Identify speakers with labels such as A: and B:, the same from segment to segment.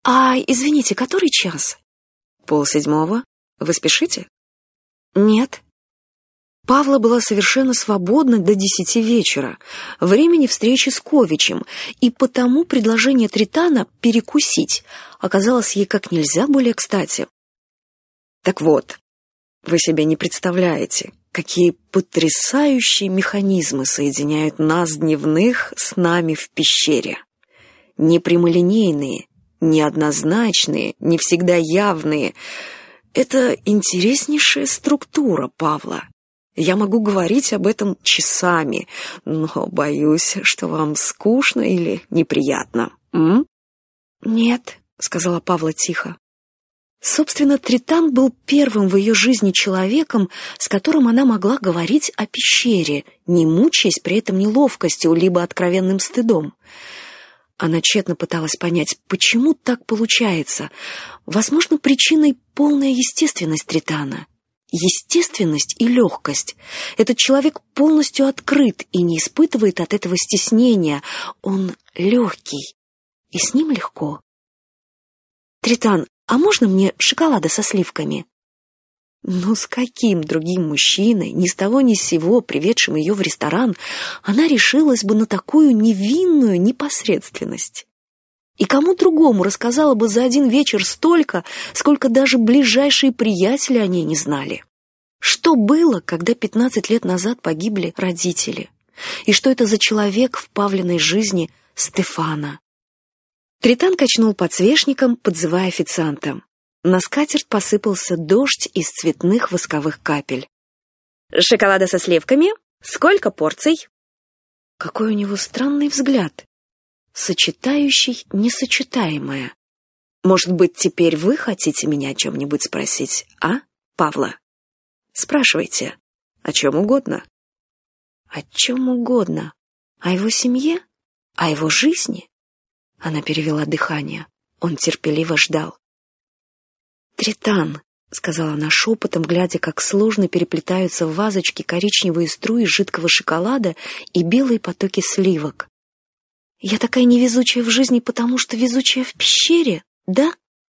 A: Извините, который час?
B: 6:30. Вы спешите?
A: Нет.
B: Павла была совершенно свободна до 10 вечера, времени встречи с Ковичем, и потому предложение Тритана перекусить оказалось ей как нельзя более кстати. Так вот, вы себе не представляете, какие потрясающие механизмы соединяют нас дневных с нами в пещере. Не прямолинейные, неоднозначные, не всегда явные. Это интереснейшая структура, Павла. Я могу говорить об этом часами, но боюсь, что вам скучно или неприятно.
A: «Нет», — сказала Павла тихо.
B: Собственно, Тритан был первым в ее жизни человеком, с которым она могла говорить о пещере, не мучаясь при этом неловкостью либо откровенным стыдом. Она тщетно пыталась понять, почему так получается. Возможно, причиной полная естественность Тритана. Естественность и легкость. Этот человек полностью открыт и не испытывает от этого стеснения. Он легкий, и с ним легко. «Тритан, а можно мне шоколада со сливками?» Ну, с каким другим мужчиной, ни с того ни с сего, приведшим ее в ресторан, она решилась бы на такую невинную непосредственность? И кому другому рассказала бы за один вечер столько, сколько даже ближайшие приятели о ней не знали? Что было, когда 15 лет назад погибли родители? И что это за человек в Павлиной жизни Стефана? Тритан качнул подсвечником, подзывая официанта. На скатерть посыпался дождь из цветных восковых капель.
A: «Шоколада со сливками? Сколько порций?»
B: Какой у него странный взгляд, сочетающий несочетаемое. Может быть, теперь вы хотите меня о чем-нибудь спросить, Павла? Спрашивайте, о чем угодно. О чем угодно. О его семье? О его жизни? Она перевела дыхание. Он терпеливо ждал. «Тритан», — сказала она шепотом, глядя, как сложно переплетаются в вазочке коричневые струи жидкого шоколада и белые потоки сливок. «Я такая невезучая в жизни, потому что везучая в пещере, да?»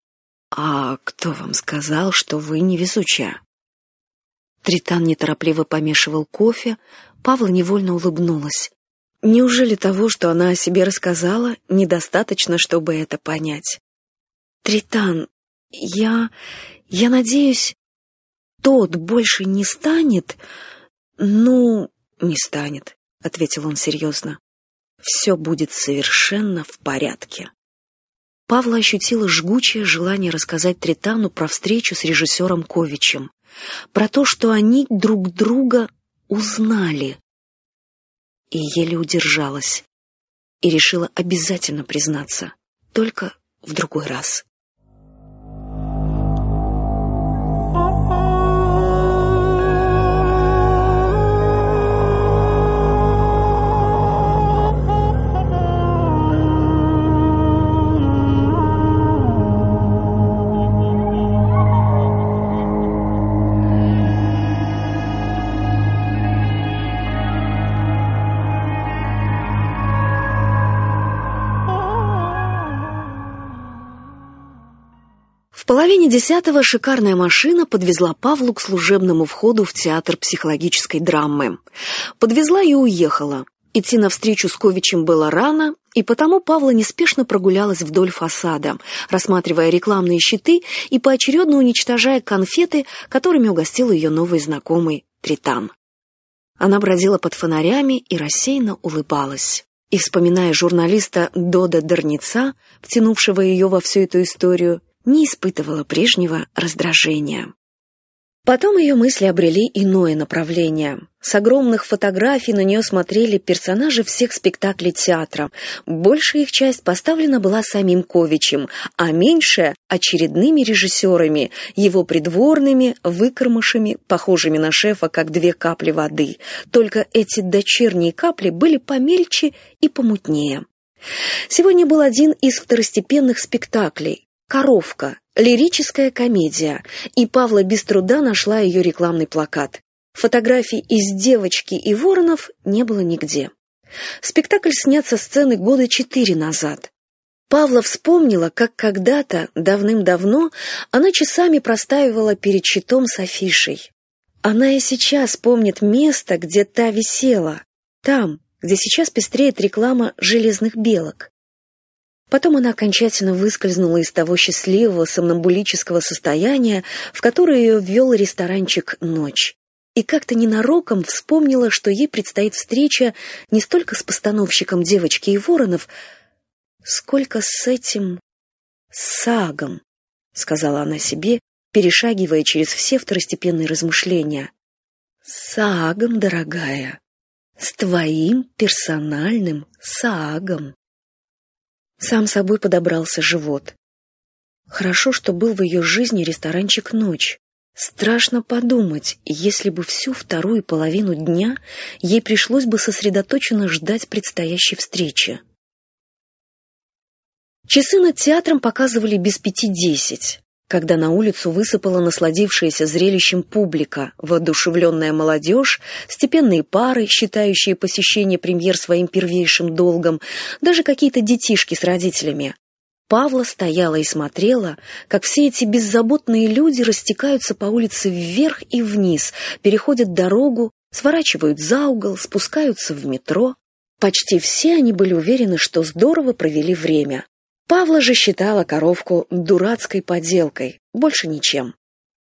B: «А кто вам сказал, что вы невезучая?» Тритан неторопливо помешивал кофе, Павла невольно улыбнулась. Неужели того, что она о себе рассказала, недостаточно, чтобы это понять? «Тритан, я надеюсь, тот больше не станет?» «Ну, не станет», — ответил он серьезно. «Все будет совершенно в порядке». Павла ощутила жгучее желание рассказать Тритану про встречу с режиссером Ковичем, про то, что они друг друга узнали. И еле удержалась, и решила обязательно признаться, только в другой раз. В половине 10 шикарная машина подвезла Павлу к служебному входу в театр психологической драмы. Подвезла и уехала. Идти навстречу с Ковичем было рано, и потому Павла неспешно прогулялась вдоль фасада, рассматривая рекламные щиты и поочередно уничтожая конфеты, которыми угостил ее новый знакомый Тритан. Она бродила под фонарями и рассеянно улыбалась. И, вспоминая журналиста Дода Дорница, втянувшего ее во всю эту историю, не испытывала прежнего раздражения. Потом ее мысли обрели иное направление. С огромных фотографий на нее смотрели персонажи всех спектаклей театра. Большая их часть поставлена была самим Ковичем, а меньшая — очередными режиссерами, его придворными, выкормышами, похожими на шефа, как 2 капли воды. Только эти дочерние капли были помельче и помутнее. Сегодня был один из второстепенных спектаклей «Коровка», лирическая комедия, и Павла без труда нашла ее рекламный плакат. Фотографий из «Девочки и воронов» не было нигде. Спектакль снят со сцены года 4 назад. Павла вспомнила, как когда-то, давным-давно, она часами простаивала перед щитом с афишей. Она и сейчас помнит место, где та висела, там, где сейчас пестреет реклама железных белок. Потом она окончательно выскользнула из того счастливого сомнамбулического состояния, в которое ее ввел ресторанчик «Ночь». И как-то ненароком вспомнила, что ей предстоит встреча не столько с постановщиком «Девочки и воронов», сколько с этим Саагом, сказала она себе, перешагивая через все второстепенные размышления. Саагом, дорогая, с твоим персональным Саагом. Сам собой подобрался живот. Хорошо, что был в ее жизни ресторанчик «Ночь». Страшно подумать, если бы всю вторую половину дня ей пришлось бы сосредоточенно ждать предстоящей встречи. Часы над театром показывали без 9:50, когда на улицу высыпала насладившаяся зрелищем публика, воодушевленная молодежь, степенные пары, считающие посещение премьер своим первейшим долгом, даже какие-то детишки с родителями. Павла стояла и смотрела, как все эти беззаботные люди растекаются по улице вверх и вниз, переходят дорогу, сворачивают за угол, спускаются в метро. Почти все они были уверены, что здорово провели время. Павла же считала коровку дурацкой поделкой, больше ничем.